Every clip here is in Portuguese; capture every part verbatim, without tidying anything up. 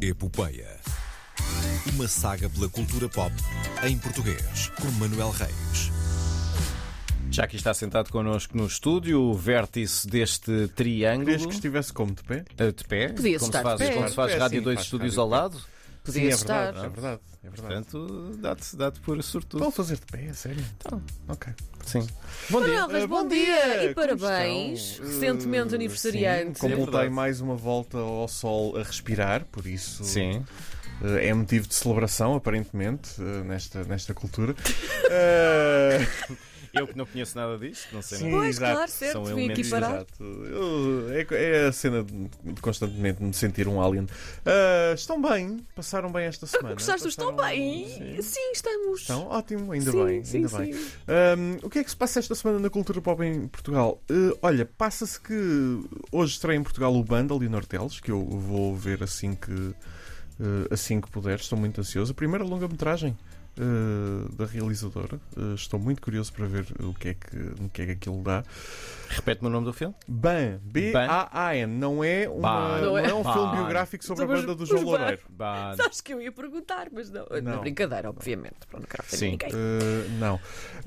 Epopeia. Uma saga pela cultura pop em português, com Manuel Reis. Já aqui está sentado connosco no estúdio o vértice deste triângulo. Querias que estivesse como de pé? Uh, De pé? Podia como estar se faz, de pé. Como se faz De pé, rádio sim, dois faz estúdios rádio ao de pé. lado. Podia Sim, é estar. verdade, é verdade, é verdade. Portanto, dá-te dá por sortudo. Estão a fazer de pé, a sério? Então, Ok. sim. Bom dia. Manuel Reis, Uh, bom dia e como parabéns. estão? Recentemente Uh, aniversariante. Sim, É completei verdade. mais uma volta ao sol a respirar, por isso Sim. uh, é motivo de celebração, aparentemente, uh, nesta, nesta cultura. Uh, Eu que não conheço nada disto, não sei Sim. nada. Pois, exato. claro, certo, São vim elementos, aqui parar. Exato. Eu- é, é a cena de, de constantemente me sentir um alien. Uh, estão bem, passaram bem esta semana. Gostaste? Estão Passaram- bem? Sim. Sim, estamos. Estão ótimo, ainda Sim, bem, sim, ainda sim. bem. Um, o que é que se passa esta semana na cultura pop em Portugal? Uh, olha, passa-se que hoje estreia em Portugal o Band, ali no Teles, que eu vou ver assim que, uh, assim que puder. Estou muito ansioso. A primeira longa-metragem uh, da realizadora. Uh, estou muito curioso para ver o que é que, o que é que aquilo dá. Repete-me o nome do filme. Ban, B A A N, não é, uma, Ban. não é um Ban. filme biográfico sobre a Sobre banda do os João Ban. Loureiro. Bah, Sabes que eu ia perguntar, mas não. Não. Na brincadeira, obviamente. Para não quero ofender Sim. ninguém. Uh, não.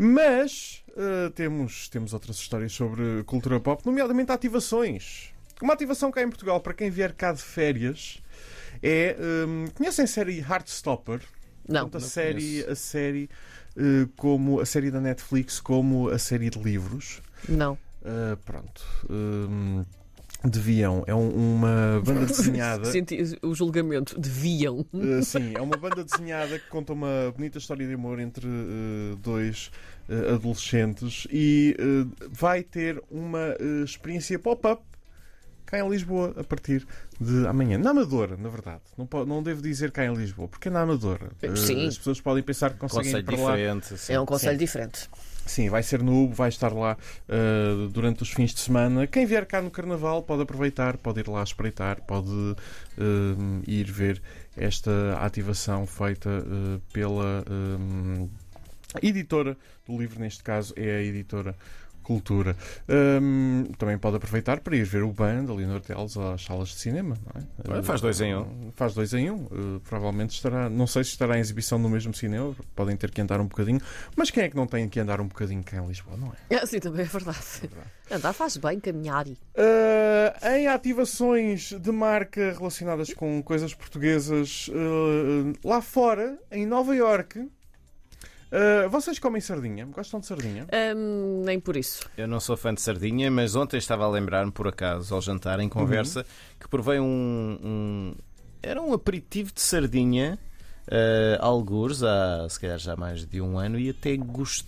Mas uh, temos, temos outras histórias sobre cultura pop, nomeadamente ativações. Uma ativação cá em Portugal, para quem vier cá de férias, é. Um, conhecem a série Heartstopper? Não. Tanto a não série, conheço. a série uh, como a série da Netflix, como a série de livros. Não. Uh, pronto. Um, deviam. É um- uma banda desenhada. Senti o julgamento. Deviam. Uh, sim, é uma banda desenhada que conta uma bonita história de amor entre uh, dois uh, adolescentes e uh, vai ter uma uh, experiência pop-up cá em Lisboa a partir de amanhã. Na Amadora, na verdade. Não, po- não devo dizer cá em Lisboa, porque é na Amadora. Uh, Sim. As pessoas podem pensar que conseguem ir conceito para lá. diferente. Sim. É um conselho Sim. diferente. Sim, vai ser no Ubo, vai estar lá uh, durante os fins de semana. Quem vier cá no Carnaval pode aproveitar, pode ir lá espreitar, pode uh, ir ver esta ativação feita uh, pela um, editora do livro, neste caso é a editora Cultura. Um, também pode aproveitar para ir ver o Band ali no Hortelos às salas de cinema. Não é? Olha, faz dois em um. Uh, Faz dois em um. Uh, provavelmente estará, não sei se estará em exibição no mesmo cinema, podem ter que andar um bocadinho, mas quem é que não tem que andar um bocadinho cá em Lisboa, não é? Ah, sim, também é verdade. Andar faz bem, caminhar e. Uh, em ativações de marca relacionadas com coisas portuguesas uh, lá fora, em Nova Iorque, uh, vocês comem sardinha? Gostam de sardinha? Hum, nem por isso. Eu não sou fã de sardinha, mas ontem estava a lembrar-me, por acaso, ao jantar, em conversa, que provei um, um- Era um aperitivo de sardinha, uh, algures, há se calhar já mais de um ano, e até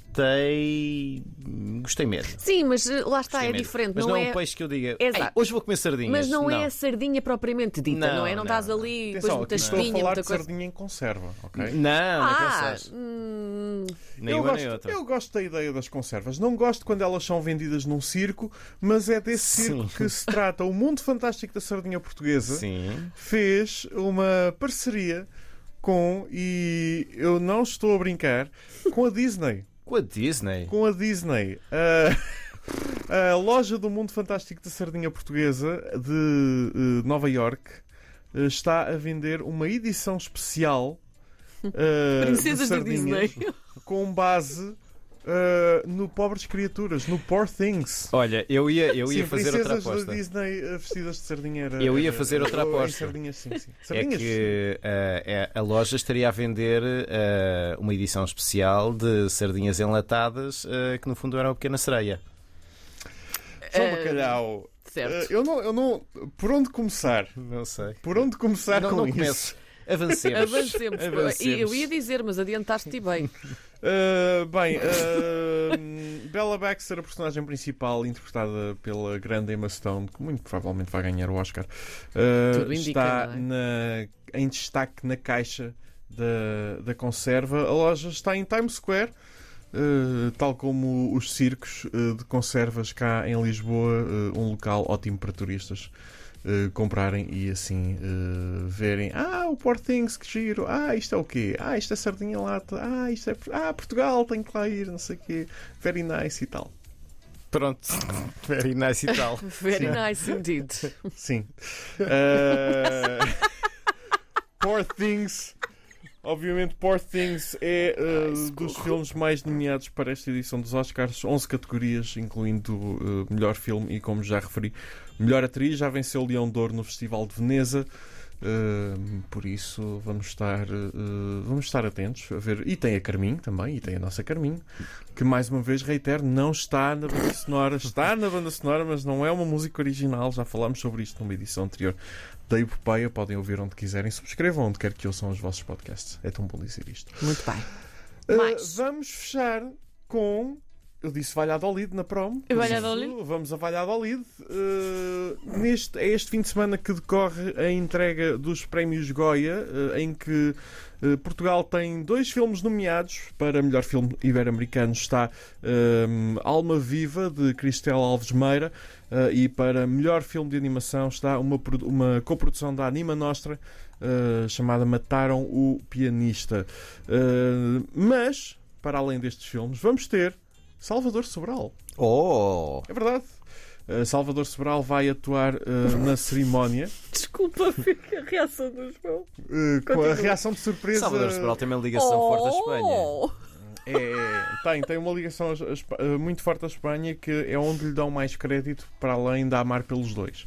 gostei. Gostei mesmo. Sim, mas uh, lá está, Gostei é mesmo. diferente. Mas não, não é... é um peixe que eu diga. Exato. "Ei, hoje vou comer sardinhas." Mas não, é a sardinha propriamente dita, não, Não, é? Não não, estás não. ali, depois Atenção, muita aqui estou a espinha, falar muita de coisa. sardinha em conserva, ok? Não, não Ah, pensas. hum, Nem eu, uma gosto, nem outra. eu gosto da ideia das conservas. Não gosto quando elas são vendidas num circo, mas é desse Sim. circo que se trata. O Mundo Fantástico da Sardinha Portuguesa Sim. fez uma parceria com, e eu não estou a brincar, com a Disney. Com a Disney. Com a Disney. A, a loja do Mundo Fantástico da Sardinha Portuguesa de eh, Nova Iorque eh, está a vender uma edição especial eh, Princesas de da sardinhas Disney. com base eh, no Pobres Criaturas, no Poor Things. Olha, eu ia, eu ia Sim, fazer outra princesas aposta. da Disney eh, vestidas de sardinha. Era, Eu ia era- fazer outra ou em aposta. Sardinhas, sim, sim. É Sardinhas, que eh, é- a loja estaria a vender eh, uma edição especial de sardinhas enlatadas eh, que no fundo era uma pequena sereia. João Eh, Bacalhau. certo. eh, eu não, eu não. Por onde começar? Não sei. Por onde começar Não, com não isso? começo. Avancemos. Avancemos. Avancemos. E eu ia dizer, mas adiantaste-te bem. Uh, bem, uh, Bella Baxter, a personagem principal, interpretada pela grande Emma Stone, que muito provavelmente vai ganhar o Oscar, uh, Tudo indica, está não é? na- em destaque na caixa da, da conserva. A loja está em Times Square, uh, tal como os circos uh, de conservas cá em Lisboa, uh, um local ótimo para turistas uh, comprarem e assim uh, verem. Ah, o Poor Things, que giro. Ah, isto é o quê? Ah, isto é sardinha lata. Ah, isto é... Ah, Portugal, tenho que lá ir, não sei o quê. Very nice e tal. Pronto. Very nice e tal. Very nice indeed. Sim. Uh, Poor Things. Obviamente, Poor Things é uh, dos filmes mais nomeados para esta edição dos Oscars. onze categorias, incluindo uh, melhor filme e, como já referi, melhor atriz. Já venceu o Leão de Ouro no Festival de Veneza. Uh, por isso vamos estar uh, vamos estar atentos a ver. E tem a Carminho também, e tem a nossa Carminho, que mais uma vez reitero, não está na banda sonora, está na banda sonora, mas não é uma música original. Já falámos sobre isto numa edição anterior da Epopeia. Podem ouvir onde quiserem, subscrevam onde quer que ouçam os vossos podcasts. É tão bom dizer isto. Muito bem. Uh, Mais. vamos fechar com... Eu disse Valladolid na prom. Valladolid. Vamos a Valladolid. Uh, neste, é este fim de semana que decorre a entrega dos prémios Goya, uh, em que uh, Portugal tem dois filmes nomeados. Para melhor filme ibero-americano está um, Alma Viva, de Cristel Alves Meira, uh, e para melhor filme de animação está uma, uma coprodução da Anima Nostra, uh, chamada Mataram o Pianista. Uh, mas, para além destes filmes, vamos ter Salvador Sobral. Oh! É verdade. Uh, Salvador Sobral vai atuar uh, na cerimónia. Desculpa, fica a reação do João. Uh, com a reação de surpresa. Salvador Sobral tem uma ligação forte à Espanha. É, tem, tem uma ligação a- a Espa- uh, muito forte à Espanha, que é onde lhe dão mais crédito, para além de amar pelos dois.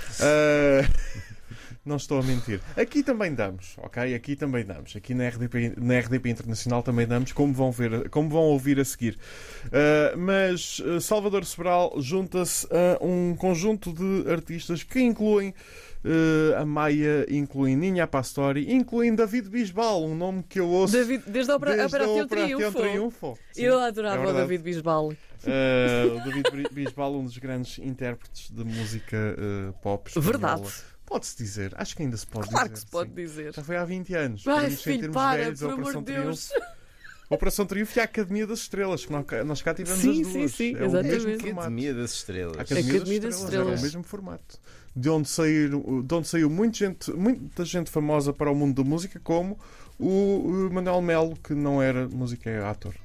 Uh, Não estou a mentir. Aqui também damos, ok? Aqui também damos. Aqui na R D P, na R D P Internacional também damos, como vão, ver, como vão ouvir a seguir. Uh, mas uh, Salvador Sobral junta-se a um conjunto de artistas que incluem uh, a Maia, incluem Ninha Pastori, incluem David Bisbal, um nome que eu ouço David, desde a Opera- desde a Operação Operação Triunfo. Triunfo. Sim, Eu é adorava o verdade. David Bisbal. Uh, o David Bri- Bisbal, um dos grandes intérpretes de música uh, pop espanhola. Verdade. Pode-se dizer, acho que ainda se pode Claro dizer. que se pode sim. dizer. Já foi há vinte anos. Ai, Por isso, em filho, termos para, velhos, a por amor Operação de Deus. Triunfo. A Operação Triunfo e a Academia das Estrelas, que nós cá- nós cá tivemos Sim, as sim, duas. sim, é o exatamente. mesmo formato. Academia das Estrelas. A Academia, Academia das das Estrelas, era Estrelas. o mesmo formato. De onde, saíram, de onde saiu muita gente, muita gente famosa para o mundo da música, como o Manuel Melo, que não era música, é ator.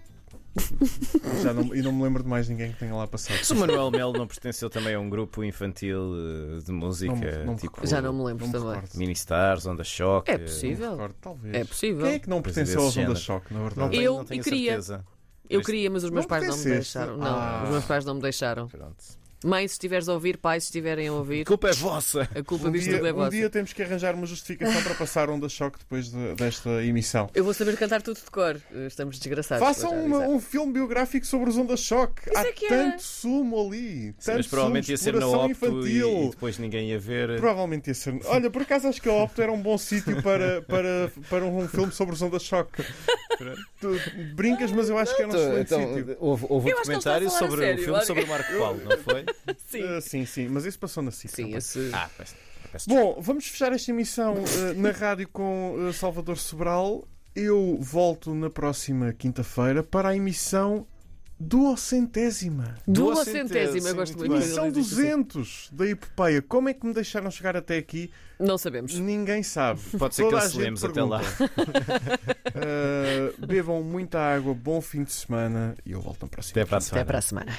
Já não, e não me lembro de mais ninguém que tenha lá passado. Se o Manuel Melo não pertenceu também a um grupo infantil eh, de música, Não me- não me tipo recordo. Já não me lembro Não me também. recordo. Ministars, Onda Choque. É Não me possível. recordo, talvez. É possível. Quem é que não Coisa pertenceu desse aos Onda género. Choque, na Não verdade? tenho, Eu não tenho e queria. certeza. Eu queria, mas os meus Não pais não me pertenceste? deixaram. Não, Ah. os meus pais não me deixaram. Pronto. Mãe, se estiveres a ouvir, pai, se estiverem a ouvir, A culpa é vossa. a culpa Um disto dia, tudo é um vossa. dia temos que arranjar uma justificação para passar Onda Choque depois de- desta emissão. Eu vou saber cantar tudo de cor. Estamos desgraçados. Façam vou já uma- avisar. um filme biográfico sobre os Onda Choque. Isso Há é que é. tanto sumo ali. Sim, Tanto mas provavelmente sumo, ia ser na exploração Opto e, infantil. e depois ninguém ia ver. Provavelmente ia ser. Olha, por acaso acho que a Opto era um bom sítio para, para, para um filme sobre os Onda Choque. Tu brincas, mas eu acho que era um excelente Então, sítio. houve, houve um Eu acho que ele está a documentário falar a sobre sério, o filme olha. sobre o Marco Paulo, não foi? Sim. Ah, sim, sim, mas isso passou na S I C. Sim, também. esse... Ah, peço, peço Bom, vamos fechar esta emissão eh, na rádio com eh, Salvador Sobral. Eu volto na próxima quinta-feira para a emissão duocentésima. Duocentésima, eu gosto muito. Emissão quando ele diz assim. duzentos da Epopeia. Como é que me deixaram chegar até aqui? Não sabemos. Ninguém sabe. Pode ser que Toda a cancelemos gente até lá. pergunta. Eh, bebam muita água, bom fim de semana e eu volto na próxima. Até para a semana. Até para a semana.